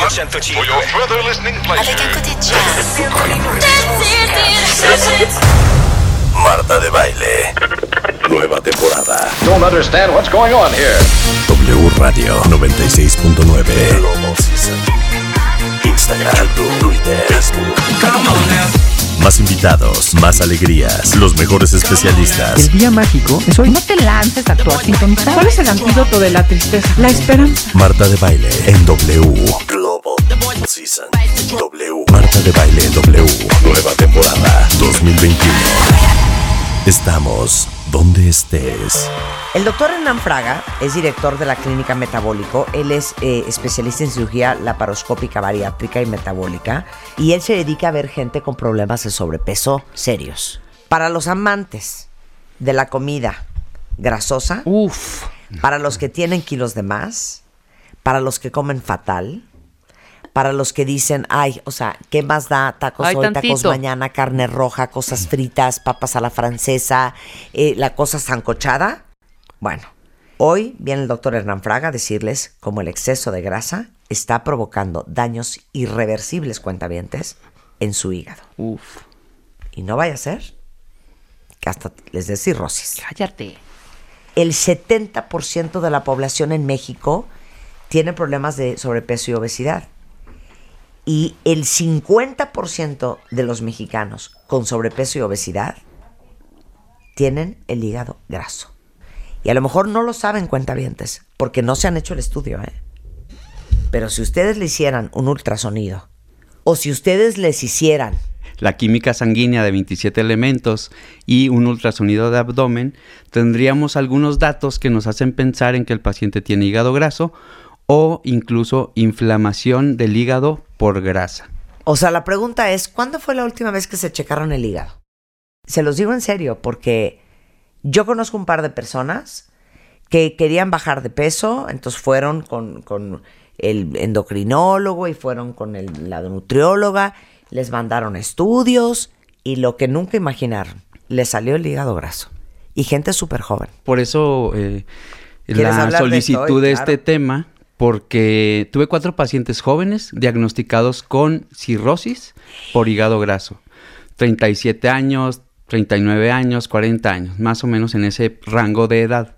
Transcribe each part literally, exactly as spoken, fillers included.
For your further listening pleasure. Avec un côté jazz. Marta de Baile. Nueva temporada. Don't understand what's going on here. W Radio noventa y seis punto nueve. Global Season. Instagram, YouTube, Twitter, Facebook. Come on now. Más invitados, más alegrías, los mejores especialistas. El día mágico es hoy. No te lances a actuar sintonizado. ¿Cuál es el antídoto de la tristeza? La esperanza. Marta de Baile en W. Global Season. W. Marta de Baile en W. Nueva temporada dos mil veintiuno. Estamos donde estés. El doctor Hernán Fraga es director de la Clínica Metabólico. Él es eh, especialista en cirugía laparoscópica bariátrica y metabólica. Y él se dedica a ver gente con problemas de sobrepeso serios. Para los amantes de la comida grasosa, Uf. para los que tienen kilos de más, para los que comen fatal, para los que dicen, ay, o sea, ¿qué más da? Tacos Ay, hoy, tantito. tacos mañana, carne roja, cosas fritas, papas a la francesa, eh, la cosa sancochada. Bueno, hoy viene el doctor Hernán Fraga a decirles cómo el exceso de grasa está provocando daños irreversibles, cuentavientes, en su hígado. Uf. Y no vaya a ser que hasta les dé cirrosis. Cállate. El setenta por ciento de la población en México tiene problemas de sobrepeso y obesidad. Y el cincuenta por ciento de los mexicanos con sobrepeso y obesidad tienen el hígado graso. Y a lo mejor no lo saben, cuentavientes, porque no se han hecho el estudio, ¿eh? Pero si ustedes le hicieran un ultrasonido, o si ustedes les hicieran la química sanguínea de veintisiete elementos y un ultrasonido de abdomen, tendríamos algunos datos que nos hacen pensar en que el paciente tiene hígado graso o incluso inflamación del hígado por grasa. O sea, la pregunta es, ¿cuándo fue la última vez que se checaron el hígado? Se los digo en serio, porque yo conozco un par de personas que querían bajar de peso, entonces fueron con, con el endocrinólogo y fueron con el, la nutrióloga, les mandaron estudios y lo que nunca imaginaron, les salió el hígado graso. Y gente súper joven. Por eso eh, ¿Quieres la hablar solicitud de esto hoy? de Claro. este tema, porque tuve cuatro pacientes jóvenes diagnosticados con cirrosis por hígado graso. treinta y siete años, treinta y nueve años, cuarenta años, más o menos en ese rango de edad.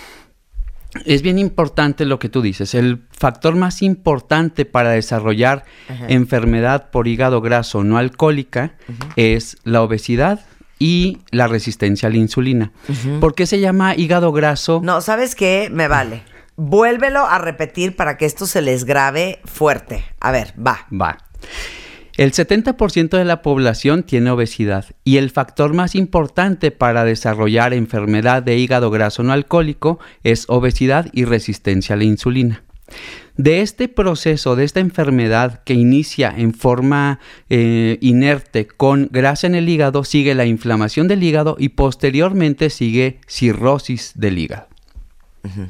Es bien importante lo que tú dices. El factor más importante para desarrollar Ajá. enfermedad por hígado graso no alcohólica uh-huh. es la obesidad y la resistencia a la insulina. Uh-huh. ¿Por qué se llama hígado graso? No, ¿sabes qué? Me vale. Vuélvelo a repetir para que esto se les grabe fuerte. A ver, va. Va. El setenta por ciento de la población tiene obesidad y el factor más importante para desarrollar enfermedad de hígado graso no alcohólico es obesidad y resistencia a la insulina. De este proceso, de esta enfermedad que inicia en forma eh, inerte con grasa en el hígado, sigue la inflamación del hígado y posteriormente sigue cirrosis del hígado. Uh-huh.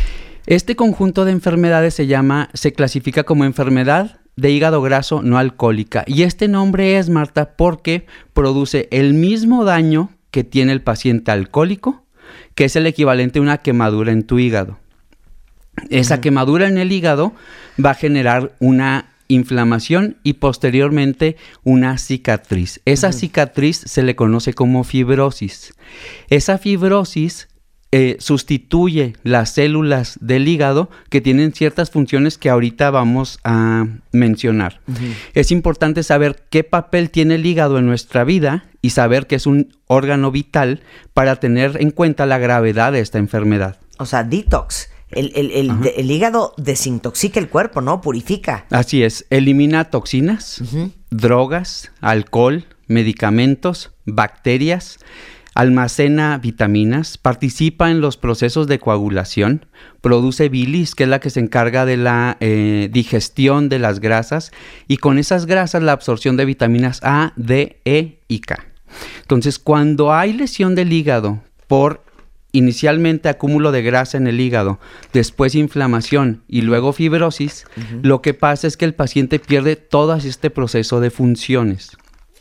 Este conjunto de enfermedades se llama, se clasifica como enfermedad de hígado graso no alcohólica. Y este nombre es, Marta, porque produce el mismo daño que tiene el paciente alcohólico, que es el equivalente a una quemadura en tu hígado. Esa uh-huh. quemadura en el hígado va a generar una inflamación y posteriormente una cicatriz. Esa uh-huh. cicatriz se le conoce como fibrosis. Esa fibrosis Eh, sustituye las células del hígado que tienen ciertas funciones que ahorita vamos a mencionar. Uh-huh. Es importante saber qué papel tiene el hígado en nuestra vida y saber que es un órgano vital para tener en cuenta la gravedad de esta enfermedad. O sea, detox. El, el, el, de, el hígado desintoxica el cuerpo, ¿no? Purifica. Así es. Elimina toxinas, uh-huh. drogas, alcohol, medicamentos, bacterias. Almacena vitaminas, participa en los procesos de coagulación, produce bilis, que es la que se encarga de la eh, digestión de las grasas, y con esas grasas la absorción de vitaminas A, D, E y K. Entonces, cuando hay lesión del hígado por inicialmente acúmulo de grasa en el hígado, después inflamación y luego fibrosis, uh-huh. lo que pasa es que el paciente pierde todo este proceso de funciones.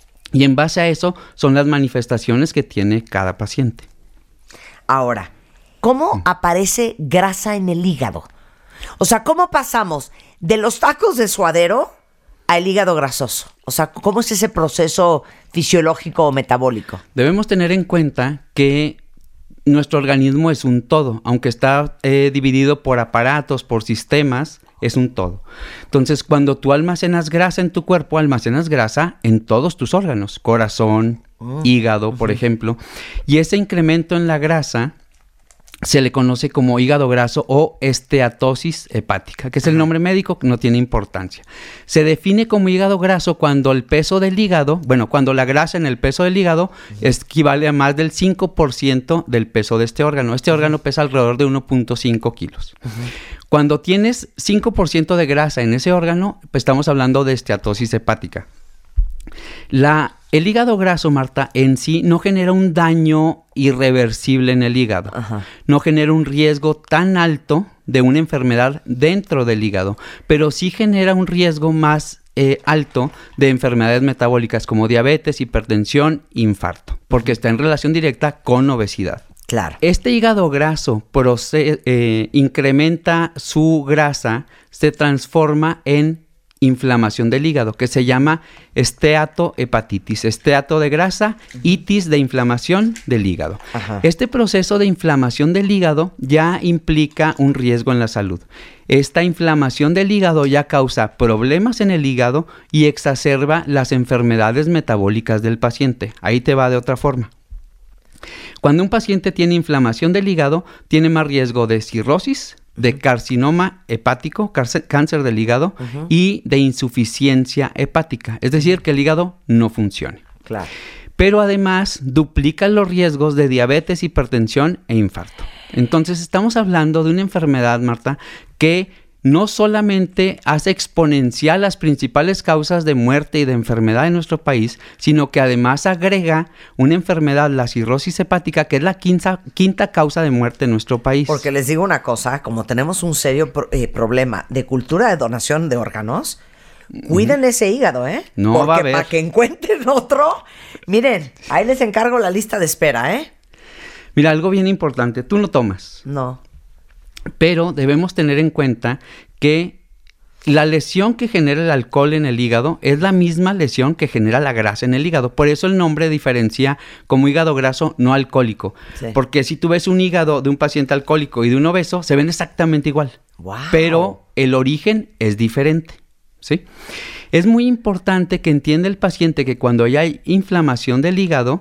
Y en base a eso son las manifestaciones que tiene cada paciente. Ahora, ¿cómo aparece grasa en el hígado? O sea, ¿cómo pasamos De los tacos de suadero al hígado grasoso. O sea, ¿cómo es ese proceso fisiológico o metabólico? Debemos tener en cuenta que nuestro organismo es un todo, aunque está eh, dividido por aparatos, por sistemas, es un todo. Entonces, cuando tú almacenas grasa en tu cuerpo, almacenas grasa en todos tus órganos, corazón, oh, hígado, uh-huh. por ejemplo, y ese incremento en la grasa se le conoce como hígado graso o esteatosis hepática, que es el nombre médico, que no tiene importancia. Se define como hígado graso cuando el peso del hígado, bueno, cuando la grasa en el peso del hígado equivale a más del cinco por ciento del peso de este órgano. Este órgano pesa alrededor de uno punto cinco kilos. Uh-huh. Cuando tienes cinco por ciento de grasa en ese órgano, pues estamos hablando de esteatosis hepática. La, el hígado graso, Marta, en sí no genera un daño irreversible en el hígado. Ajá. No genera un riesgo tan alto de una enfermedad dentro del hígado, pero sí genera un riesgo más eh, alto de enfermedades metabólicas como diabetes, hipertensión, infarto, porque está en relación directa con obesidad. Claro. Este hígado graso proce- eh, incrementa su grasa, se transforma en inflamación del hígado, que se llama esteatohepatitis. Esteato de grasa, itis de inflamación del hígado. Ajá. Este proceso de inflamación del hígado ya implica un riesgo en la salud. Esta inflamación del hígado ya causa problemas en el hígado y exacerba las enfermedades metabólicas del paciente. Ahí te va de otra forma. Cuando un paciente tiene inflamación del hígado, tiene más riesgo de cirrosis, de carcinoma hepático, cáncer del hígado, uh-huh. y de insuficiencia hepática. Es decir, que el hígado no funcione. Claro. Pero además duplica los riesgos de diabetes, hipertensión e infarto. Entonces estamos hablando de una enfermedad, Marta, que no solamente hace exponencial las principales causas de muerte y de enfermedad en nuestro país, sino que además agrega una enfermedad, la cirrosis hepática, que es la quinta, quinta causa de muerte en nuestro país. Porque les digo una cosa, como tenemos un serio pro, eh, problema de cultura de donación de órganos, cuiden mm. ese hígado, ¿eh? No Porque va a haber. Para que encuentren otro, miren, ahí les encargo la lista de espera, ¿eh? Mira, algo bien importante, tú no tomas. No. Pero debemos tener en cuenta que la lesión que genera el alcohol en el hígado es la misma lesión que genera la grasa en el hígado. Por eso el nombre diferencia como hígado graso no alcohólico. Sí. Porque si tú ves un hígado de un paciente alcohólico y de un obeso, se ven exactamente igual. Wow. Pero el origen es diferente, ¿sí? Es muy importante que entienda el paciente que cuando ya hay inflamación del hígado,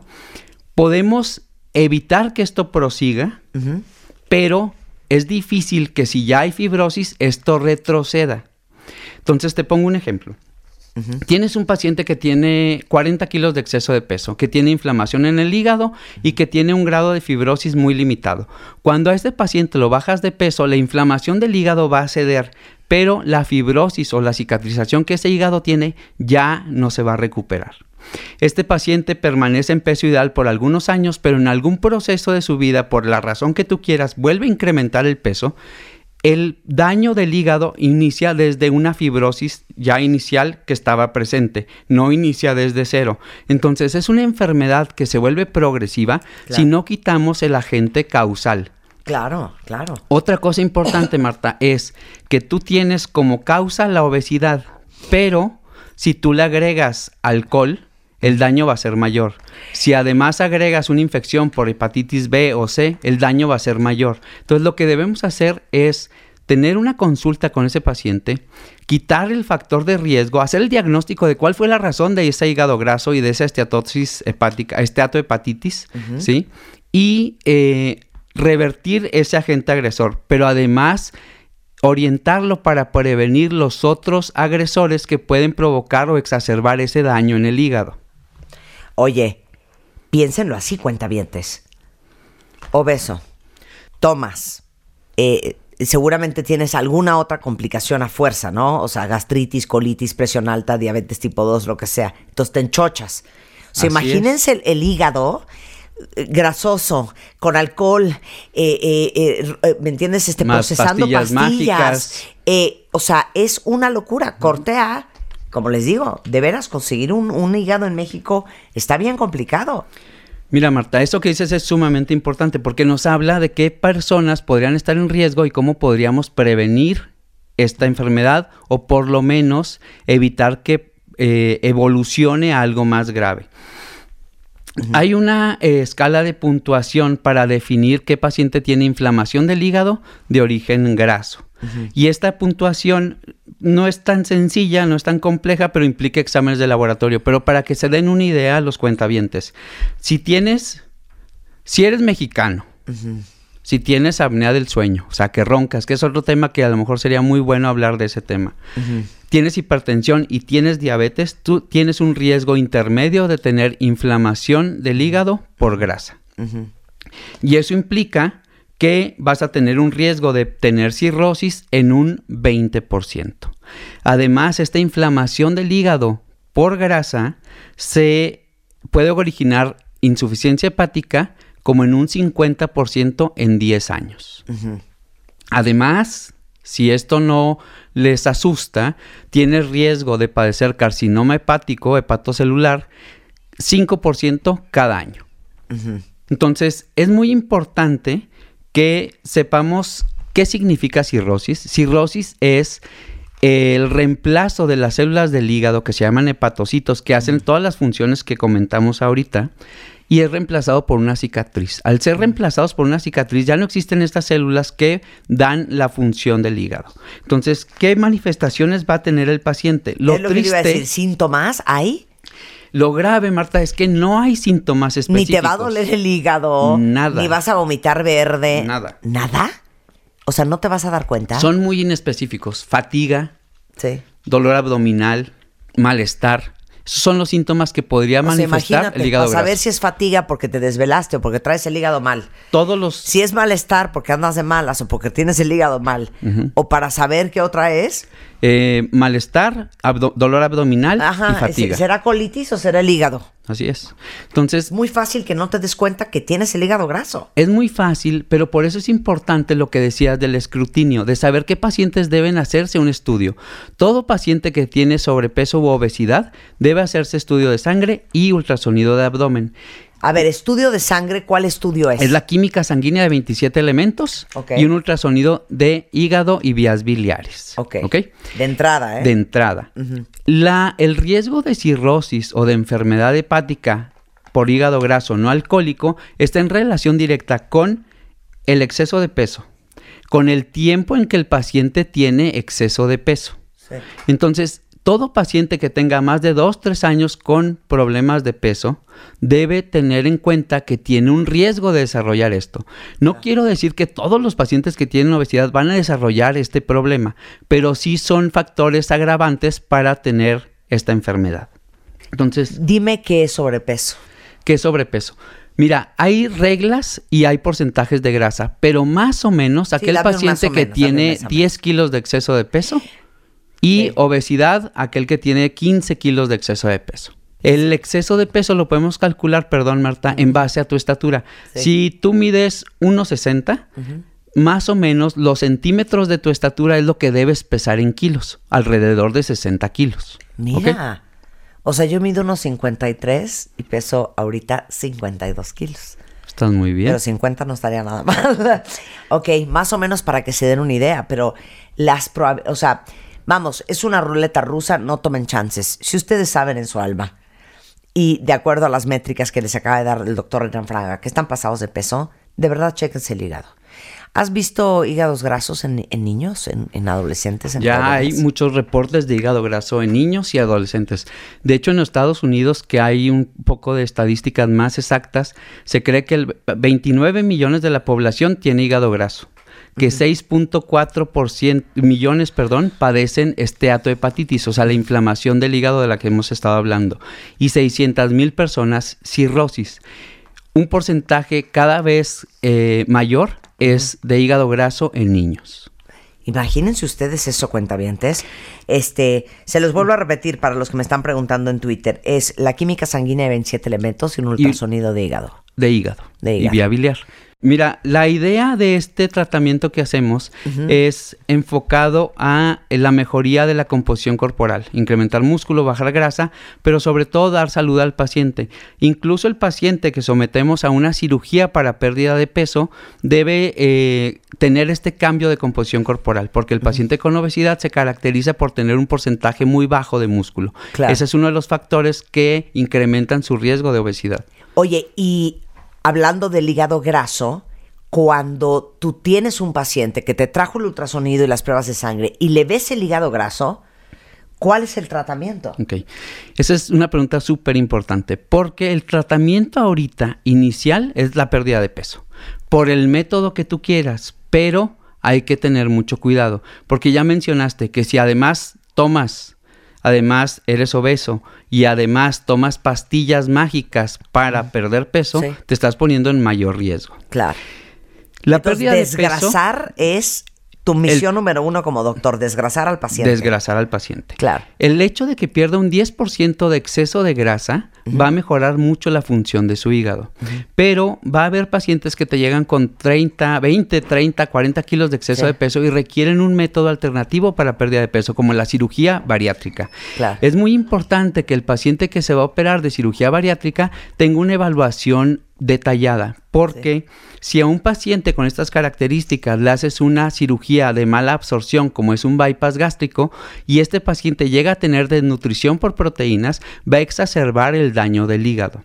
podemos evitar que esto prosiga, uh-huh. pero es difícil que si ya hay fibrosis, esto retroceda. Entonces te pongo un ejemplo. Uh-huh. Tienes un paciente que tiene cuarenta kilos de exceso de peso, que tiene inflamación en el hígado y que tiene un grado de fibrosis muy limitado. Cuando a este paciente lo bajas de peso, la inflamación del hígado va a ceder, pero la fibrosis o la cicatrización que ese hígado tiene ya no se va a recuperar. Este paciente permanece en peso ideal por algunos años, pero en algún proceso de su vida, por la razón que tú quieras, vuelve a incrementar el peso. El daño del hígado inicia desde una fibrosis ya inicial que estaba presente, no inicia desde cero. Entonces es una enfermedad que se vuelve progresiva, claro, si no quitamos el agente causal. Claro, claro. Otra cosa importante, Marta, es que tú tienes como causa la obesidad, pero si tú le agregas alcohol, el daño va a ser mayor. Si además agregas una infección por hepatitis B o C, el daño va a ser mayor. Entonces, lo que debemos hacer es tener una consulta con ese paciente, quitar el factor de riesgo, hacer el diagnóstico de cuál fue la razón de ese hígado graso y de esa esteatosis hepática, esteatohepatitis, uh-huh. ¿sí? Y eh, revertir ese agente agresor, pero además orientarlo para prevenir los otros agresores que pueden provocar o exacerbar ese daño en el hígado. Oye, piénsenlo así, cuentavientes. Obeso, tomas, eh, seguramente tienes alguna otra complicación a fuerza, ¿no? O sea, gastritis, colitis, presión alta, diabetes tipo dos, lo que sea. Entonces te enchochas. O sea, así imagínense el, el hígado grasoso, con alcohol, eh, eh, eh, ¿me entiendes? Este, Más procesando pastillas, pastillas. Eh, o sea, es una locura. Corte A, como les digo, de veras, conseguir un, un hígado en México está bien complicado. Mira, Marta, eso que dices es sumamente importante porque nos habla de qué personas podrían estar en riesgo y cómo podríamos prevenir esta enfermedad o por lo menos evitar que eh, evolucione a algo más grave. Uh-huh. Hay una eh, escala de puntuación para definir qué paciente tiene inflamación del hígado de origen graso. Uh-huh. Y esta puntuación no es tan sencilla, no es tan compleja, pero implica exámenes de laboratorio. Pero para que se den una idea los cuentavientes, si tienes, si eres mexicano, uh-huh. si tienes apnea del sueño, o sea, que roncas, que es otro tema que a lo mejor sería muy bueno hablar de ese tema. Uh-huh. Tienes hipertensión y tienes diabetes, tú tienes un riesgo intermedio de tener inflamación del hígado por grasa. Uh-huh. Y eso implica que vas a tener un riesgo de tener cirrosis en un veinte por ciento. Además, esta inflamación del hígado por grasa se puede originar insuficiencia hepática como en un cincuenta por ciento en diez años. Uh-huh. Además, si esto no les asusta, tienes riesgo de padecer carcinoma hepático, hepatocelular, cinco por ciento cada año. Uh-huh. Entonces, es muy importante que sepamos qué significa cirrosis. Cirrosis es el reemplazo de las células del hígado que se llaman hepatocitos, que hacen todas las funciones que comentamos ahorita, y es reemplazado por una cicatriz. Al ser reemplazados por una cicatriz, ya no existen estas células que dan la función del hígado. Entonces, ¿qué manifestaciones va a tener el paciente? Lo, ¿Es lo triste, que iba a decir? ¿Síntomas hay? Lo grave, Marta, es que no hay síntomas específicos. Ni te va a doler el hígado. Nada. Ni vas a vomitar verde. Nada. ¿Nada? O sea, ¿no te vas a dar cuenta? Son muy inespecíficos. Fatiga, sí. dolor abdominal, malestar. Esos son los síntomas que podría o sea, manifestar el hígado graso. A saber si es fatiga porque te desvelaste o porque traes el hígado mal. Todos los... Si es malestar porque andas de malas o porque tienes el hígado mal. Uh-huh. O para saber qué otra es... Eh, malestar, abdo- dolor abdominal Ajá, y fatiga. ¿Será colitis o será el hígado? Así es. Entonces, es muy fácil que no te des cuenta que tienes el hígado graso. Es muy fácil, pero por eso es importante lo que decías del escrutinio, de saber qué pacientes deben hacerse un estudio. Todo paciente que tiene sobrepeso u obesidad debe hacerse estudio de sangre y ultrasonido de abdomen. A ver, estudio de sangre, ¿cuál estudio es? Es la química sanguínea de veintisiete elementos, okay, y un ultrasonido de hígado y vías biliares. Ok. ¿Okay? De entrada, ¿eh? De entrada. Uh-huh. La, el riesgo de cirrosis o de enfermedad hepática por hígado graso no alcohólico está en relación directa con el exceso de peso, con el tiempo en que el paciente tiene exceso de peso. Sí. Entonces, todo paciente que tenga más de dos, tres años con problemas de peso debe tener en cuenta que tiene un riesgo de desarrollar esto. No quiero decir que todos los pacientes que tienen obesidad van a desarrollar este problema, pero sí son factores agravantes para tener esta enfermedad. Entonces, dime qué es sobrepeso. ¿Qué es sobrepeso? Mira, hay reglas y hay porcentajes de grasa, pero más o menos sí, aquel paciente que menos, tiene diez kilos de exceso de peso y sí, obesidad, aquel que tiene quince kilos de exceso de peso. El exceso de peso lo podemos calcular, perdón, Marta, en base a tu estatura. Sí. Si tú mides uno sesenta, uh-huh, más o menos los centímetros de tu estatura es lo que debes pesar en kilos, alrededor de sesenta kilos. Mira, ¿okay? O sea, yo mido uno cincuenta y tres y peso ahorita cincuenta y dos kilos. Estás muy bien. Pero cincuenta no estaría nada mal. Ok, más o menos para que se den una idea, pero las probabilidades, o sea, vamos, es una ruleta rusa, no tomen chances. Si ustedes saben en su alma, y de acuerdo a las métricas que les acaba de dar el doctor Renan Fraga, que están pasados de peso, de verdad, chéquense el hígado. ¿Has visto hígados grasos en, en niños, en, en adolescentes? En ya jóvenes? Hay muchos reportes de hígado graso en niños y adolescentes. De hecho, en los Estados Unidos, que hay un poco de estadísticas más exactas, se cree que el veintinueve millones de la población tiene hígado graso, que uh-huh, seis punto cuatro por ciento, millones perdón, padecen esteatohepatitis, o sea, la inflamación del hígado de la que hemos estado hablando, y seiscientas mil personas cirrosis. Un porcentaje cada vez eh, mayor es de hígado graso en niños. Imagínense ustedes eso, cuentavientes. Este, se los vuelvo a repetir para los que me están preguntando en Twitter. Es la química sanguínea de veintisiete elementos y un ultrasonido y de hígado. De hígado. De hígado. Y vía biliar. Mira, la idea de este tratamiento que hacemos uh-huh. es enfocado a la mejoría de la composición corporal, incrementar músculo, bajar grasa, pero sobre todo dar salud al paciente. Incluso el paciente que sometemos a una cirugía para pérdida de peso debe eh, tener este cambio de composición corporal, porque el uh-huh. paciente con obesidad se caracteriza por tener un porcentaje muy bajo de músculo. Claro. Ese es uno de los factores que incrementan su riesgo de obesidad. Oye, y hablando del hígado graso, cuando tú tienes un paciente que te trajo el ultrasonido y las pruebas de sangre y le ves el hígado graso, ¿cuál es el tratamiento? Ok, esa es una pregunta súper importante, porque el tratamiento ahorita inicial es la pérdida de peso, por el método que tú quieras, pero hay que tener mucho cuidado, porque ya mencionaste que si además tomas... Además, eres obeso y además tomas pastillas mágicas para mm. perder peso, sí. te estás poniendo en mayor riesgo. Claro. La Entonces, pérdida desgrasar de peso, es tu misión el, número uno como doctor, desgrasar al paciente. Desgrasar al paciente. Claro. El hecho de que pierda un diez por ciento de exceso de grasa uh-huh. va a mejorar mucho la función de su hígado. Uh-huh. Pero va a haber pacientes que te llegan con treinta, veinte, treinta, cuarenta kilos de exceso sí. de peso y requieren un método alternativo para pérdida de peso, como la cirugía bariátrica. Claro. Es muy importante que el paciente que se va a operar de cirugía bariátrica tenga una evaluación detallada, porque sí. si a un paciente con estas características le haces una cirugía de mala absorción, como es un bypass gástrico, y este paciente llega a tener desnutrición por proteínas, va a exacerbar el daño del hígado.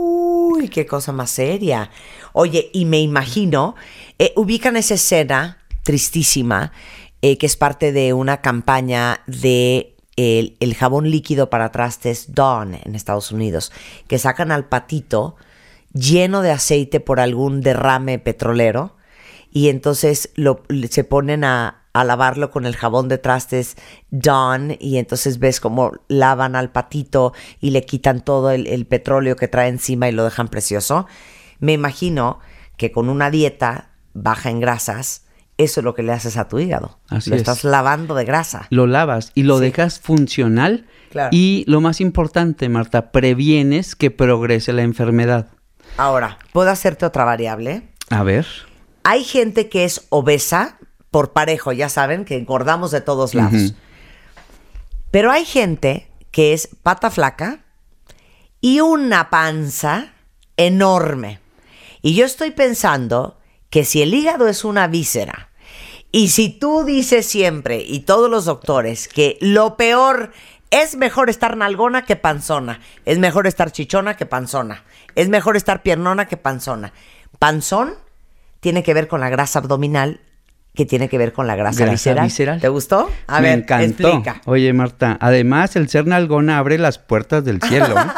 Uy, qué cosa más seria. Oye, y me imagino, eh, ubican esa escena tristísima, eh, que es parte de una campaña de el, el jabón líquido para trastes Dawn en Estados Unidos, que sacan al patito lleno de aceite por algún derrame petrolero y entonces lo, se ponen a, a lavarlo con el jabón de trastes Dawn y entonces ves cómo lavan al patito y le quitan todo el, el petróleo que trae encima y lo dejan precioso. Me imagino que con una dieta baja en grasas, eso es lo que le haces a tu hígado. Así lo es. Estás lavando de grasa. Lo lavas y lo sí. dejas funcional. Claro. Y lo más importante, Marta, previenes que progrese la enfermedad. Ahora, ¿puedo hacerte otra variable? A ver. Hay gente que es obesa por parejo, ya saben, que engordamos de todos lados. Uh-huh. Pero hay gente que es pata flaca y una panza enorme. Y yo estoy pensando que si el hígado es una víscera, y si tú dices siempre, y todos los doctores, que lo peor es mejor estar nalgona que panzona, es mejor estar chichona que panzona, es mejor estar piernona que panzona. Panzón tiene que ver con la grasa abdominal, que tiene que ver con la grasa, grasa visceral. visceral. ¿Te gustó? A Me ver, encantó. explica. Oye, Marta, además el ser nalgona abre las puertas del cielo. ¿eh?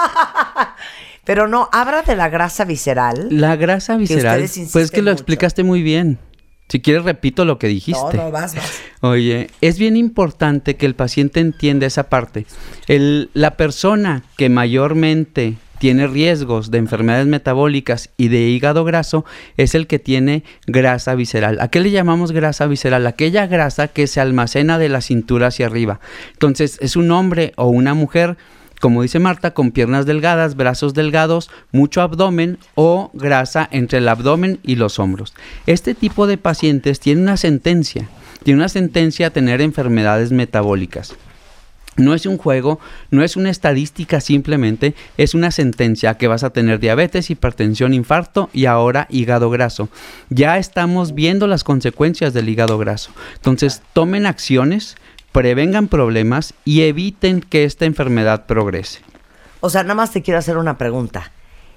Pero no, habla de la grasa visceral. La grasa visceral, pues que lo mucho. explicaste muy bien. Si quieres, repito lo que dijiste. No, no, vas, vas. Oye, es bien importante que el paciente entienda esa parte. El, la persona que mayormente tiene riesgos de enfermedades metabólicas y de hígado graso es el que tiene grasa visceral. ¿A qué le llamamos grasa visceral? Aquella grasa que se almacena de la cintura hacia arriba. Entonces, es un hombre o una mujer, como dice Marta, con piernas delgadas, brazos delgados, mucho abdomen o grasa entre el abdomen y los hombros. Este tipo de pacientes tiene una sentencia, tiene una sentencia a tener enfermedades metabólicas. No es un juego, no es una estadística simplemente, es una sentencia que vas a tener diabetes, hipertensión, infarto y ahora hígado graso. Ya estamos viendo las consecuencias del hígado graso. Entonces, tomen acciones, prevengan problemas y eviten que esta enfermedad progrese. O sea, nada más te quiero hacer una pregunta.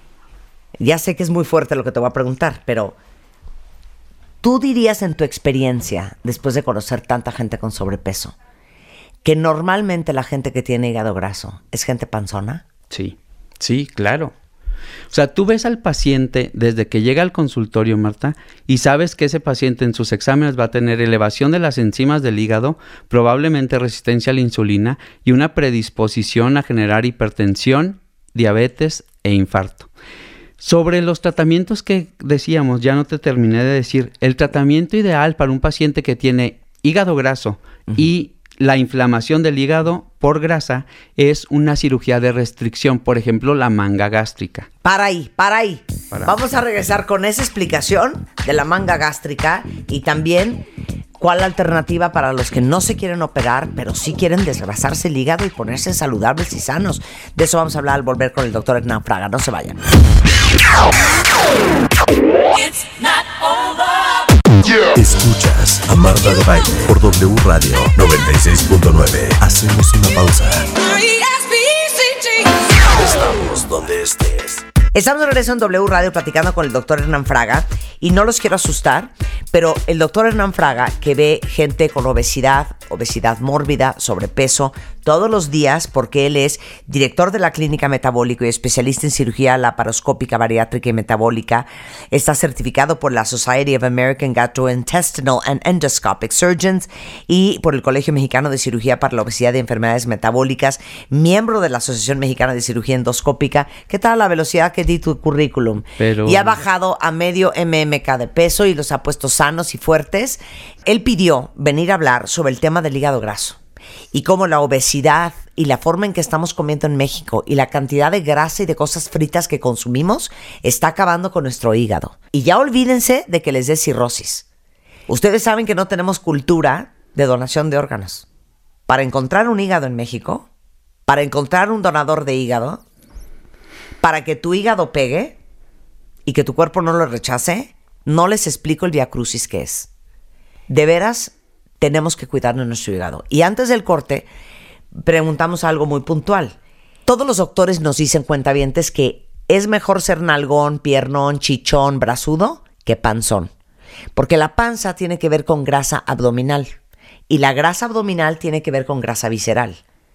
Ya sé que es muy fuerte lo que te voy a preguntar, pero ¿tú dirías en tu experiencia, después de conocer tanta gente con sobrepeso, que normalmente la gente que tiene hígado graso es gente panzona? Sí, sí, claro. O sea, tú ves al paciente desde que llega al consultorio, Marta, y sabes que ese paciente en sus exámenes va a tener elevación de las enzimas del hígado, probablemente resistencia a la insulina y una predisposición a generar hipertensión, diabetes e infarto. Sobre los tratamientos que decíamos, ya no te terminé de decir, el tratamiento ideal para un paciente que tiene hígado graso uh-huh. y la inflamación del hígado por grasa es una cirugía de restricción, por ejemplo, la manga gástrica. Para ahí, para ahí. Para. Vamos a regresar con esa explicación de la manga gástrica y también cuál la alternativa para los que no se quieren operar, pero sí quieren desgrasarse el hígado y ponerse saludables y sanos. De eso vamos a hablar al volver con el doctor Hernán Fraga. No se vayan. Escuchas a Marta de Baile por W Radio noventa y seis punto nueve. Hacemos una pausa. Estamos donde estés. Estamos de regreso en W Radio platicando con el doctor Hernán Fraga y no los quiero asustar, pero el doctor Hernán Fraga, que ve gente con obesidad, obesidad mórbida, sobrepeso, todos los días, porque él es director de la Clínica Metabólico y especialista en cirugía laparoscópica, bariátrica y metabólica. Está certificado por la Society of American Gastrointestinal and Endoscopic Surgeons y por el Colegio Mexicano de Cirugía para la Obesidad y Enfermedades Metabólicas, miembro de la Asociación Mexicana de Cirugía Endoscópica. ¿Qué tal la velocidad que di tu currículum? Pero... Y ha bajado a medio M M K de peso y los ha puesto sanos y fuertes. Él pidió venir a hablar sobre el tema del hígado graso y cómo la obesidad y la forma en que estamos comiendo en México y la cantidad de grasa y de cosas fritas que consumimos está acabando con nuestro hígado. Y ya olvídense de que les dé cirrosis. Ustedes saben que no tenemos cultura de donación de órganos. Para encontrar un hígado en México, para encontrar un donador de hígado, para que tu hígado pegue y que tu cuerpo no lo rechace, no les explico el viacrucis que es. De veras, tenemos que cuidarnos de nuestro hígado. Y antes del corte, preguntamos algo muy puntual. Todos los doctores nos dicen, cuentavientes, que es mejor ser nalgón, piernón, chichón, brazudo que panzón. Porque la panza tiene que ver con grasa abdominal. Y la grasa abdominal tiene que ver con grasa visceral.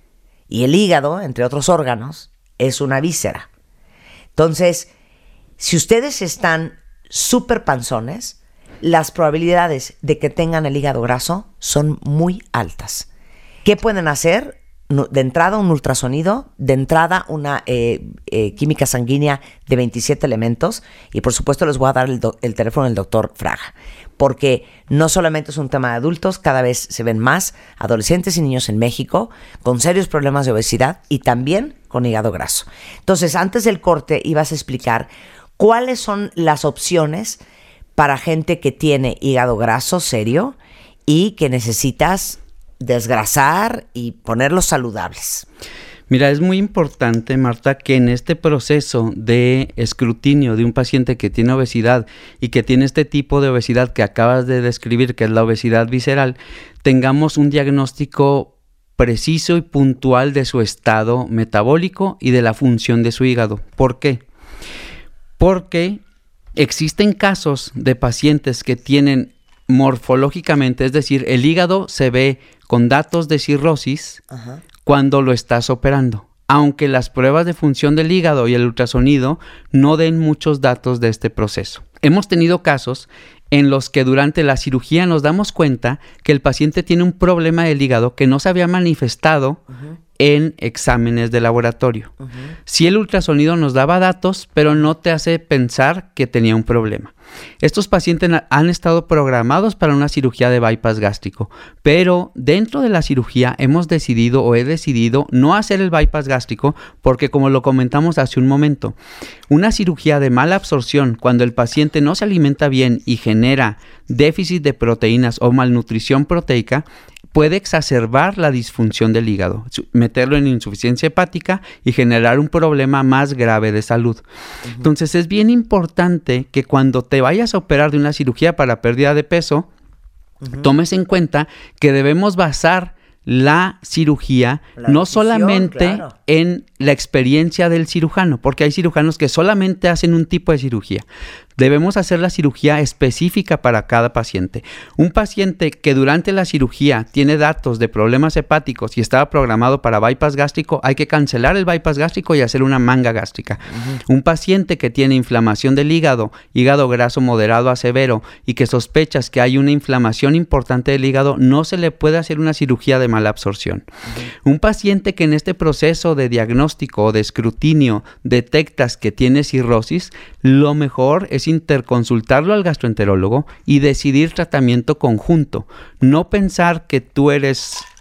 Y el hígado, entre otros órganos, es una víscera. Entonces, si ustedes están súper panzones, las probabilidades de que tengan el hígado graso son muy altas. ¿Qué pueden hacer? De entrada, un ultrasonido, de entrada, una eh, eh, química sanguínea de veintisiete elementos y, por supuesto, les voy a dar el, do- el teléfono del doctor Fraga, porque no solamente es un tema de adultos, cada vez se ven más adolescentes y niños en México con serios problemas de obesidad y también con hígado graso. Entonces, antes del corte ibas a explicar cuáles son las opciones para gente que tiene hígado graso serio y que necesitas desgrasar y ponerlos saludables. Mira, es muy importante, Marta, que en este proceso de escrutinio de un paciente que tiene obesidad y que tiene este tipo de obesidad que acabas de describir, que es la obesidad visceral, tengamos un diagnóstico preciso y puntual de su estado metabólico y de la función de su hígado. ¿Por qué? Porque existen casos de pacientes que tienen morfológicamente, es decir, el hígado se ve con datos de cirrosis Ajá. cuando lo estás operando, aunque las pruebas de función del hígado y el ultrasonido no den muchos datos de este proceso. Hemos tenido casos en los que durante la cirugía nos damos cuenta que el paciente tiene un problema del hígado que no se había manifestado uh-huh. en exámenes de laboratorio. Uh-huh. Sí, el ultrasonido nos daba datos, pero no te hace pensar que tenía un problema. Estos pacientes han estado programados para una cirugía de bypass gástrico, pero dentro de la cirugía hemos decidido o he decidido no hacer el bypass gástrico porque, como lo comentamos hace un momento, una cirugía de mala absorción cuando el paciente no se alimenta bien y genera déficit de proteínas o malnutrición proteica puede exacerbar la disfunción del hígado, meterlo en insuficiencia hepática y generar un problema más grave de salud. Uh-huh. Entonces es bien importante que cuando te vayas a operar de una cirugía para pérdida de peso, uh-huh. tomes en cuenta que debemos basar la cirugía la no decisión, solamente claro. en la experiencia del cirujano, porque hay cirujanos que solamente hacen un tipo de cirugía. Debemos hacer la cirugía específica para cada paciente. Un paciente que durante la cirugía tiene datos de problemas hepáticos y estaba programado para bypass gástrico, hay que cancelar el bypass gástrico y hacer una manga gástrica. Uh-huh. Un paciente que tiene inflamación del hígado, hígado graso moderado a severo y que sospechas que hay una inflamación importante del hígado, no se le puede hacer una cirugía de mala absorción. Uh-huh. Un paciente que en este proceso de diagnóstico o de escrutinio detectas que tiene cirrosis, lo mejor es interconsultarlo al gastroenterólogo y decidir tratamiento conjunto. No pensar que tú eres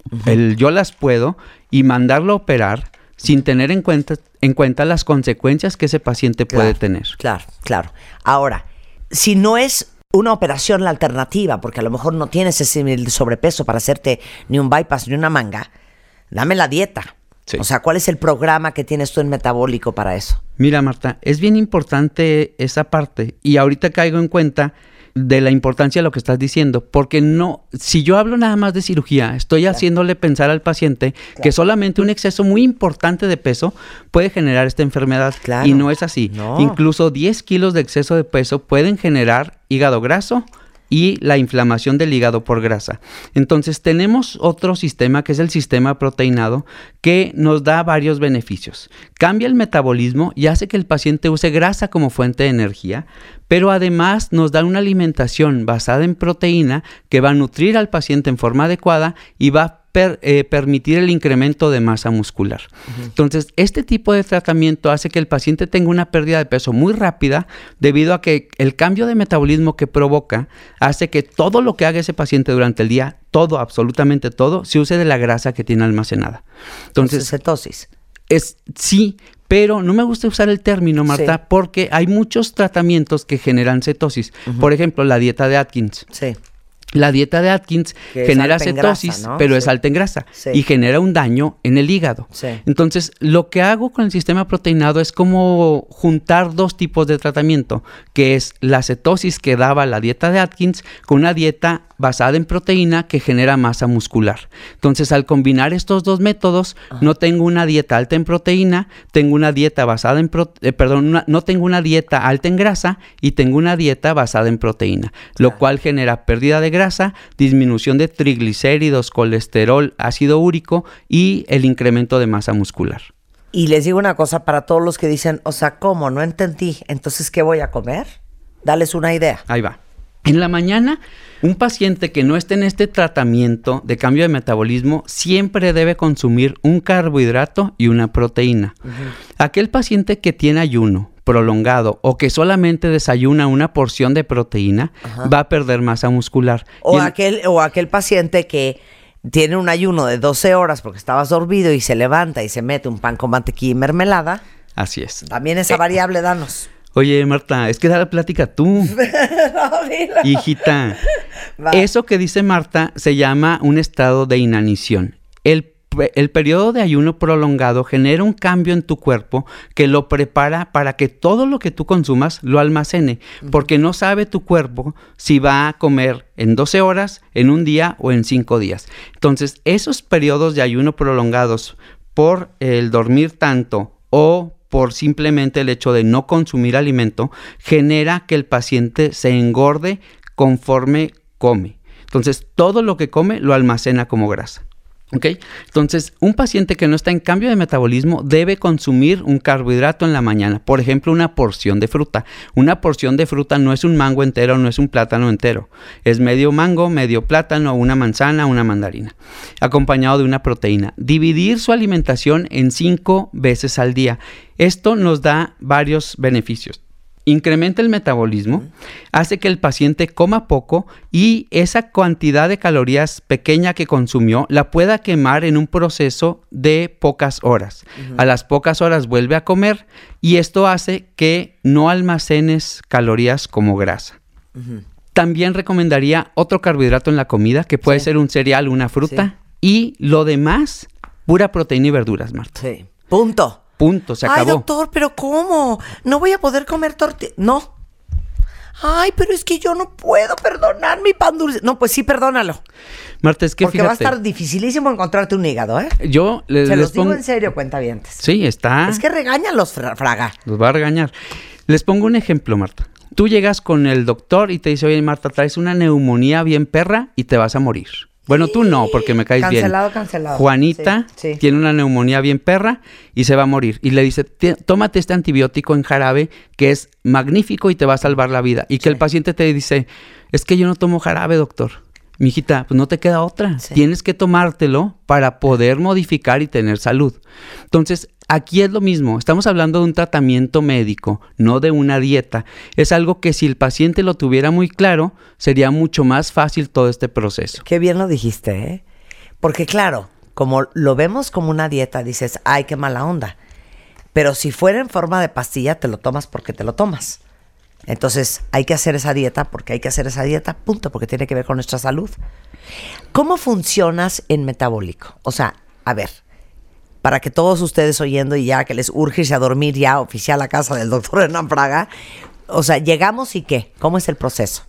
uh-huh. el yo las puedo, y mandarlo a operar sin tener en cuenta, en cuenta las consecuencias que ese paciente claro, puede tener. Claro, claro. Ahora, si no es una operación la alternativa, porque a lo mejor no tienes ese nivel de sobrepeso para hacerte ni un bypass ni una manga, dame la dieta. Sí. O sea, ¿cuál es el programa que tienes tú en metabólico para eso? Mira, Marta, es bien importante esa parte, y ahorita caigo en cuenta de la importancia de lo que estás diciendo, porque no, si yo hablo nada más de cirugía, estoy claro. haciéndole pensar al paciente claro. que solamente un exceso muy importante de peso puede generar esta enfermedad, claro. y no es así. No. Incluso diez kilos de exceso de peso pueden generar hígado graso y la inflamación del hígado por grasa. Entonces tenemos otro sistema que es el sistema proteinado, que nos da varios beneficios. Cambia el metabolismo y hace que el paciente use grasa como fuente de energía, pero además nos da una alimentación basada en proteína que va a nutrir al paciente en forma adecuada y va a Per, eh, permitir el incremento de masa muscular. Uh-huh. Entonces, este tipo de tratamiento hace que el paciente tenga una pérdida de peso muy rápida, debido a que el cambio de metabolismo que provoca hace que todo lo que haga ese paciente durante el día, todo, absolutamente todo, se use de la grasa que tiene almacenada. Entonces, cetosis. Es, sí, pero no me gusta usar el término, Marta, sí. porque hay muchos tratamientos que generan cetosis. Uh-huh. Por ejemplo, la dieta de Atkins. Sí. La dieta de Atkins que genera cetosis, grasa, ¿no? pero sí. es alta en grasa sí. y genera un daño en el hígado. Sí. Entonces, lo que hago con el sistema proteinado es como juntar dos tipos de tratamiento, que es la cetosis que daba la dieta de Atkins con una dieta basada en proteína que genera masa muscular. Entonces, al combinar estos dos métodos, Ajá. no tengo una dieta alta en proteína, tengo una dieta basada en pro, eh, perdón, una, no tengo una dieta alta en grasa y tengo una dieta basada en proteína, lo cual genera pérdida de grasa, disminución de triglicéridos, colesterol, ácido úrico y el incremento de masa muscular. Y les digo una cosa para todos los que dicen, o sea, ¿cómo? No entendí. Entonces, ¿qué voy a comer? Dales una idea. Ahí va. En la mañana, un paciente que no esté en este tratamiento de cambio de metabolismo siempre debe consumir un carbohidrato y una proteína. Uh-huh. Aquel paciente que tiene ayuno prolongado o que solamente desayuna una porción de proteína, Ajá. va a perder masa muscular. O el, aquel, o aquel paciente que tiene un ayuno de doce horas porque estabas dormido y se levanta y se mete un pan con mantequilla y mermelada. Así es. También esa eh, variable, danos. Oye, Marta, es que da la plática tú. No, hijita. Va. Eso que dice Marta se llama un estado de inanición. El El periodo de ayuno prolongado genera un cambio en tu cuerpo que lo prepara para que todo lo que tú consumas lo almacene, porque no sabe tu cuerpo si va a comer en doce horas, en un día o en cinco días. Entonces, esos periodos de ayuno prolongados por el dormir tanto o por simplemente el hecho de no consumir alimento, genera que el paciente se engorde conforme come. Entonces, todo lo que come lo almacena como grasa. ¿Ok? Entonces, un paciente que no está en cambio de metabolismo debe consumir un carbohidrato en la mañana. Por ejemplo, una porción de fruta. Una porción de fruta no es un mango entero, no es un plátano entero. Es medio mango, medio plátano, una manzana, una mandarina. Acompañado de una proteína. Dividir su alimentación en cinco veces al día. Esto nos da varios beneficios. Incrementa el metabolismo, hace que el paciente coma poco y esa cantidad de calorías pequeña que consumió la pueda quemar en un proceso de pocas horas. Uh-huh. A las pocas horas vuelve a comer y esto hace que no almacenes calorías como grasa. Uh-huh. También recomendaría otro carbohidrato en la comida, que puede sí. ser un cereal, una fruta, sí. y lo demás, pura proteína y verduras, Marta. Sí. Punto. Punto, se acabó. Ay, doctor, ¿pero cómo? ¿No voy a poder comer tortilla? No. Ay, pero es que yo no puedo perdonar mi pan dulce. No, pues sí, perdónalo. Marta, es que Porque fíjate, va a estar dificilísimo encontrarte un hígado, ¿eh? Yo les, Se les los pongo... digo en serio, cuentavientes. Sí, está. Es que regáñalos, fra- Fraga. Los va a regañar. Les pongo un ejemplo, Marta. Tú llegas con el doctor y te dice, oye, Marta, traes una neumonía bien perra y te vas a morir. Bueno, tú no, porque me caes bien. Cancelado, cancelado. Juanita sí, sí. tiene una neumonía bien perra y se va a morir. Y le dice, tómate este antibiótico en jarabe que es magnífico y te va a salvar la vida. Y que sí. el paciente te dice, es que yo no tomo jarabe, doctor. Mijita, pues no te queda otra. Sí. Tienes que tomártelo para poder modificar y tener salud. Entonces, aquí es lo mismo. Estamos hablando de un tratamiento médico, no de una dieta. Es algo que si el paciente lo tuviera muy claro, sería mucho más fácil todo este proceso. Qué bien lo dijiste, ¿eh? Porque claro, como lo vemos como una dieta, dices, ay, qué mala onda. Pero si fuera en forma de pastilla, te lo tomas porque te lo tomas. Entonces, hay que hacer esa dieta porque hay que hacer esa dieta, punto, porque tiene que ver con nuestra salud. ¿Cómo funcionas en metabólico? O sea, a ver, para que todos ustedes oyendo y ya que les urge irse a dormir ya oficial a casa del doctor Hernán Fraga, o sea, llegamos y ¿qué? ¿Cómo es el proceso?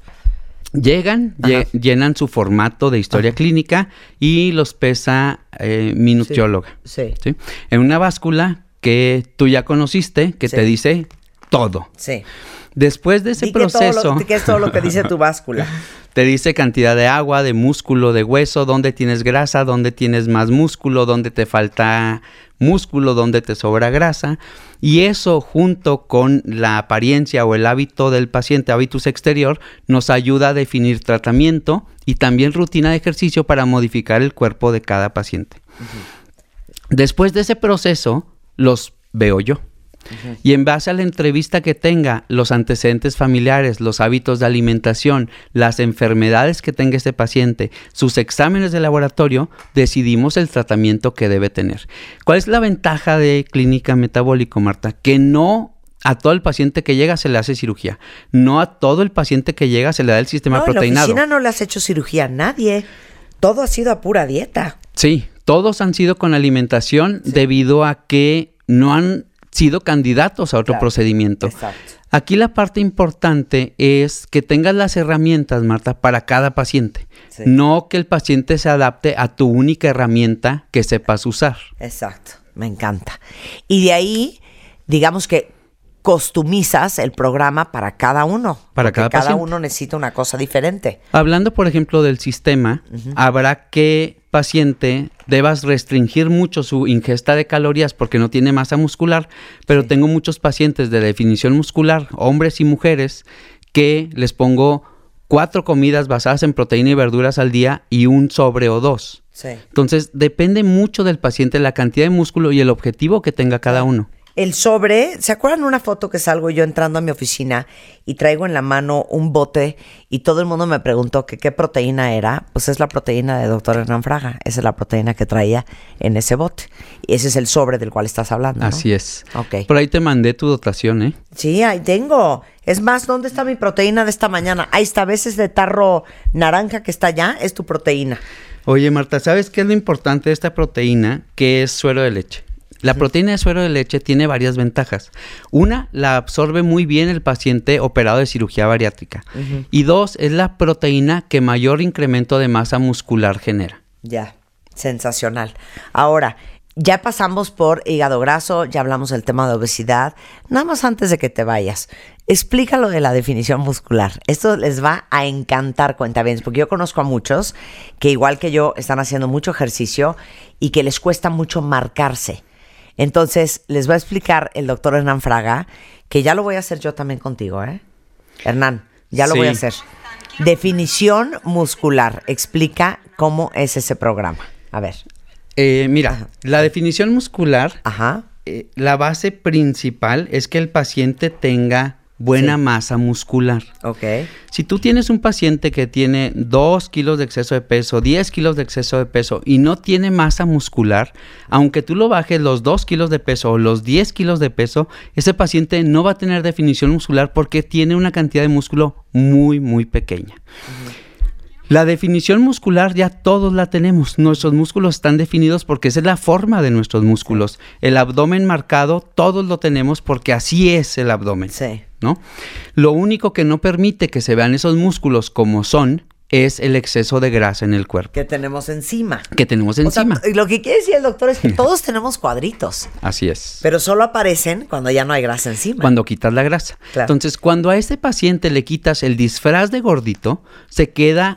Llegan, lle- llenan su formato de historia Ajá. clínica y los pesa eh, mi nutrióloga. Sí. ¿sí? En una báscula que tú ya conociste, que sí. te dice todo. Sí. Después de ese ¿Y proceso... Todo lo, ¿Qué es todo lo que dice tu báscula? Te dice cantidad de agua, de músculo, de hueso, dónde tienes grasa, dónde tienes más músculo, dónde te falta músculo, dónde te sobra grasa. Y eso junto con la apariencia o el hábito del paciente, hábitus exterior, nos ayuda a definir tratamiento y también rutina de ejercicio para modificar el cuerpo de cada paciente. Uh-huh. Después de ese proceso, los veo yo. Uh-huh. Y en base a la entrevista que tenga, los antecedentes familiares, los hábitos de alimentación, las enfermedades que tenga este paciente, sus exámenes de laboratorio, decidimos el tratamiento que debe tener. ¿Cuál es la ventaja de Clínica Metabólico, Marta? Que no a todo el paciente que llega se le hace cirugía. No a todo el paciente que llega se le da el sistema no, proteinado. En la oficina no le has hecho cirugía a nadie. Todo ha sido a pura dieta. Sí, todos han sido con alimentación sí. debido a que no han sido candidatos a otro claro, procedimiento. Exacto. Aquí la parte importante es que tengas las herramientas, Marta, para cada paciente. Sí. No que el paciente se adapte a tu única herramienta que sepas usar. Exacto, me encanta. Y de ahí, digamos que customizas el programa para cada uno. Para cada cada paciente. uno necesita una cosa diferente. Hablando, por ejemplo, del sistema, uh-huh. habrá que paciente debas restringir mucho su ingesta de calorías porque no tiene masa muscular, pero sí. tengo muchos pacientes de definición muscular, hombres y mujeres, que les pongo cuatro comidas basadas en proteína y verduras al día y un sobre o dos. Sí. Entonces, depende mucho del paciente, la cantidad de músculo y el objetivo que tenga cada uno. El sobre, ¿se acuerdan una foto que salgo yo entrando a mi oficina y traigo en la mano un bote y todo el mundo me preguntó que qué proteína era? Pues es la proteína de doctor Hernán Fraga, esa es la proteína que traía en ese bote. Y ese es el sobre del cual estás hablando, ¿no? Así es. Ok. Por ahí te mandé tu dotación, ¿eh? Sí, ahí tengo. Es más, ¿dónde está mi proteína de esta mañana? Ahí está, ¿ves ese tarro naranja que está allá? Es tu proteína. Oye, Marta, ¿sabes qué es lo importante de esta proteína? Que es suero de leche. La proteína de suero de leche tiene varias ventajas. Una, la absorbe muy bien el paciente operado de cirugía bariátrica. Uh-huh. Y dos, es la proteína que mayor incremento de masa muscular genera. Ya, sensacional. Ahora, ya pasamos por hígado graso, ya hablamos del tema de obesidad. Nada más antes de que te vayas, explica lo de la definición muscular. Esto les va a encantar, cuentavientes, porque yo conozco a muchos que igual que yo están haciendo mucho ejercicio y que les cuesta mucho marcarse. Entonces, les voy a explicar el doctor Hernán Fraga, que ya lo voy a hacer yo también contigo, ¿eh? Hernán, ya lo sí. voy a hacer. Definición muscular. Explica cómo es ese programa. A ver. Eh, mira, Ajá. la definición muscular, Ajá. Eh, la base principal es que el paciente tenga buena sí. masa muscular. Ok. Si tú tienes un paciente que tiene dos kilos de exceso de peso, diez kilos de exceso de peso y no tiene masa muscular, aunque tú lo bajes los dos kilos de peso o los diez kilos de peso, ese paciente no va a tener definición muscular porque tiene una cantidad de músculo muy, muy pequeña. Uh-huh. La definición muscular ya todos la tenemos. Nuestros músculos están definidos porque esa es la forma de nuestros músculos. El abdomen marcado, todos lo tenemos porque así es el abdomen. Sí. ¿No? Lo único que no permite que se vean esos músculos como son es el exceso de grasa en el cuerpo. Que tenemos encima. Que tenemos encima. O sea, lo que quiere decir el doctor es que todos tenemos cuadritos. Así es. Pero solo aparecen cuando ya no hay grasa encima. Cuando quitas la grasa. Claro. Entonces, cuando a ese paciente le quitas el disfraz de gordito, se queda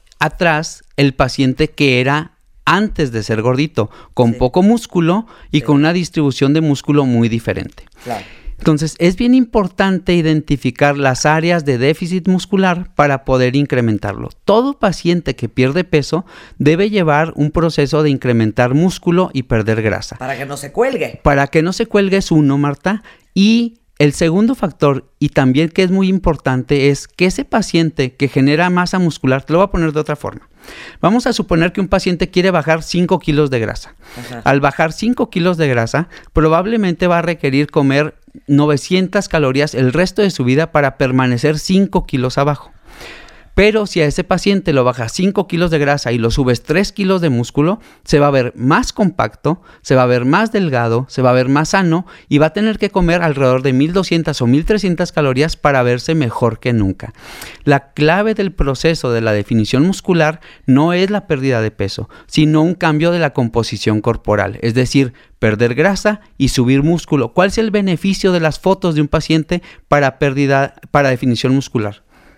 atrás el paciente que era antes de ser gordito, con sí. poco músculo y sí. con una distribución de músculo muy diferente. Claro. Entonces, es bien importante identificar las áreas de déficit muscular para poder incrementarlo. Todo paciente que pierde peso debe llevar un proceso de incrementar músculo y perder grasa. Para que no se cuelgue. Para que no se cuelgue es uno, Marta, y el segundo factor, y también que es muy importante, es que ese paciente que genera masa muscular, te lo voy a poner de otra forma. Vamos a suponer que un paciente quiere bajar cinco kilos de grasa. Ajá. Al bajar cinco kilos de grasa, probablemente va a requerir comer novecientas calorías el resto de su vida para permanecer cinco kilos abajo. Pero si a ese paciente lo bajas cinco kilos de grasa y lo subes tres kilos de músculo, se va a ver más compacto, se va a ver más delgado, se va a ver más sano y va a tener que comer alrededor de mil doscientas o mil trescientas calorías para verse mejor que nunca. La clave del proceso de la definición muscular no es la pérdida de peso, sino un cambio de la composición corporal, es decir, perder grasa y subir músculo. ¿Cuál es el beneficio de las fotos de un paciente para pérdida, para definición muscular?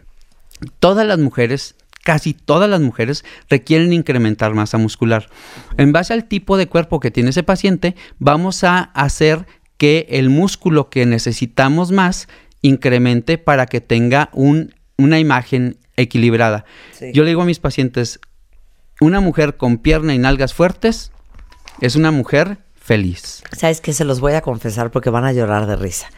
Todas las mujeres, casi todas las mujeres requieren incrementar masa muscular. En base al tipo de cuerpo que tiene ese paciente, vamos a hacer que el músculo que necesitamos más incremente para que tenga un, una imagen equilibrada. Sí. Yo le digo a mis pacientes, una mujer con pierna y nalgas fuertes es una mujer feliz. ¿Sabes qué? Se los voy a confesar porque van a llorar de risa.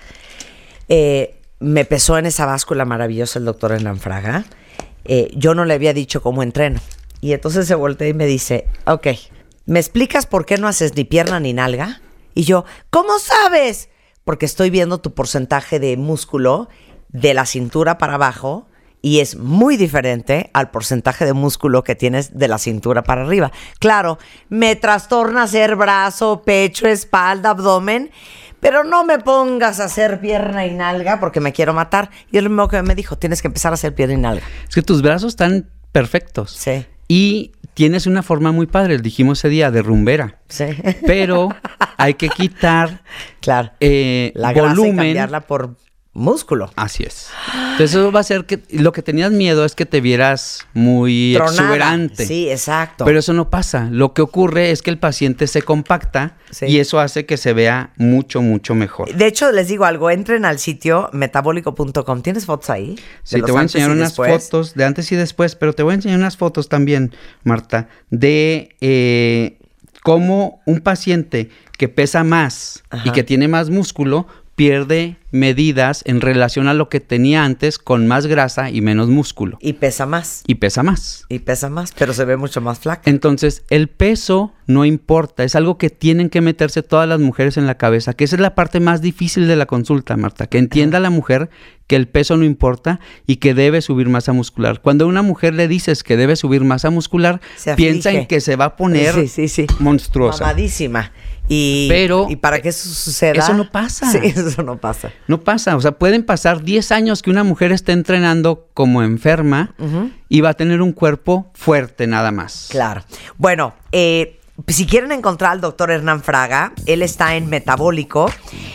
Eh... Me pesó en esa báscula maravillosa el doctor Hernán Fraga. Eh, yo no le había dicho cómo entreno. Y entonces se voltea y me dice, ok, ¿me explicas por qué no haces ni pierna ni nalga? Y yo, ¿cómo sabes? Porque estoy viendo tu porcentaje de músculo de la cintura para abajo y es muy diferente al porcentaje de músculo que tienes de la cintura para arriba. Claro, me trastorna hacer brazo, pecho, espalda, abdomen, pero no me pongas a hacer pierna y nalga porque me quiero matar. Y él lo mismo que me dijo, tienes que empezar a hacer pierna y nalga. Es que tus brazos están perfectos. Sí. Y tienes una forma muy padre, dijimos ese día, de rumbera. Sí. Pero hay que quitar claro. eh, la volumen. grasa y cambiarla por músculo. Así es. Entonces eso va a hacer que lo que tenías miedo es que te vieras muy tronada. Exuberante. Sí, exacto. Pero eso no pasa. Lo que ocurre es que el paciente se compacta sí. y eso hace que se vea mucho, mucho mejor. De hecho, les digo algo, entren al sitio metabólico punto com. ¿Tienes fotos ahí? Sí, te voy a enseñar unas después. fotos de antes y después, pero te voy a enseñar unas fotos también, Marta, de eh, cómo un paciente que pesa más Ajá. y que tiene más músculo pierde medidas en relación a lo que tenía antes con más grasa y menos músculo. Y pesa más. Y pesa más. Y pesa más, pero se ve mucho más flaca. Entonces, el peso no importa, es algo que tienen que meterse todas las mujeres en la cabeza, que esa es la parte más difícil de la consulta, Marta, que entienda la mujer que el peso no importa y que debe subir masa muscular. Cuando a una mujer le dices que debe subir masa muscular, piensa en que se va a poner sí, sí, sí. monstruosa. Mamadísima. Y, Pero y para que eso suceda... Eso no pasa. Sí, eso no pasa. No pasa. O sea, pueden pasar diez años que una mujer esté entrenando como enferma uh-huh. y va a tener un cuerpo fuerte nada más. Claro. Bueno, eh... si quieren encontrar al doctor Hernán Fraga, él está en metabólico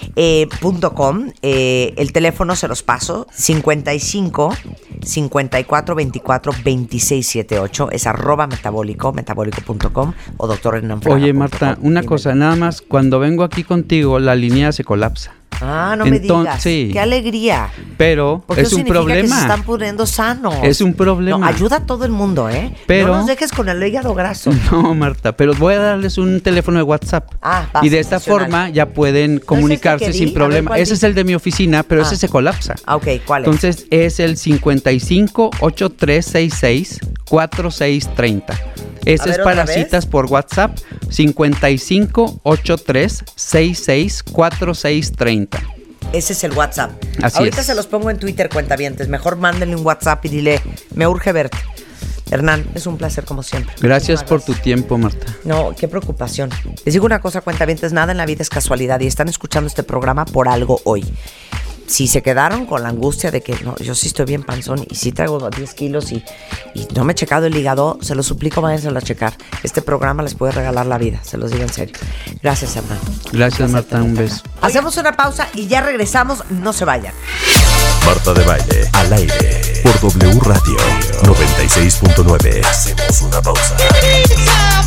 punto com. Eh, eh, el teléfono se los paso: cincuenta y cinco, cincuenta y cuatro, veinticuatro, veintiséis setenta y ocho. Es arroba metabólico, metabólico punto com o doctor Hernán Fraga. Oye, Marta, una Dime. cosa, nada más, cuando vengo aquí contigo, la línea se colapsa. Ah, no Entonces, me digas. Sí. ¡Qué alegría! Pero Porque es un problema. Que se están poniendo sanos. Es un problema. No, ayuda a todo el mundo, ¿eh? Pero, no nos dejes con el hígado graso. No, Marta, pero voy a darles un teléfono de WhatsApp. Ah, y de esta forma ya pueden comunicarse ¿No es este sin problema. Ese es el de mi oficina, pero ah. ese se colapsa. Ah, ok, ¿cuál es? Entonces es el cincuenta y cinco, ochenta y tres sesenta y seis, cuarenta y seis treinta. Ese ver, es para citas por WhatsApp, cincuenta y cinco, ochenta y tres sesenta y seis, cuarenta y seis treinta. Ese es el WhatsApp. Así Ahorita es. se los pongo en Twitter, cuentavientes. Mejor mándenle un WhatsApp y dile, me urge verte. Hernán, es un placer como siempre. Gracias Muchísimas por gracias. tu tiempo, Marta. No, qué preocupación. Les digo una cosa, cuentavientes, nada en la vida es casualidad y están escuchando este programa por algo hoy. Si se quedaron con la angustia de que no, yo sí estoy bien panzón y sí traigo diez kilos y, y no me he checado el hígado, se los suplico, váyanselo a checar. Este programa les puede regalar la vida, se los digo en serio. Gracias, Hernán. Gracias, Marta, un beso. Hacemos una pausa y ya regresamos, no se vayan. Marta de Baile, al aire, por W Radio noventa y seis punto nueve. Hacemos una pausa.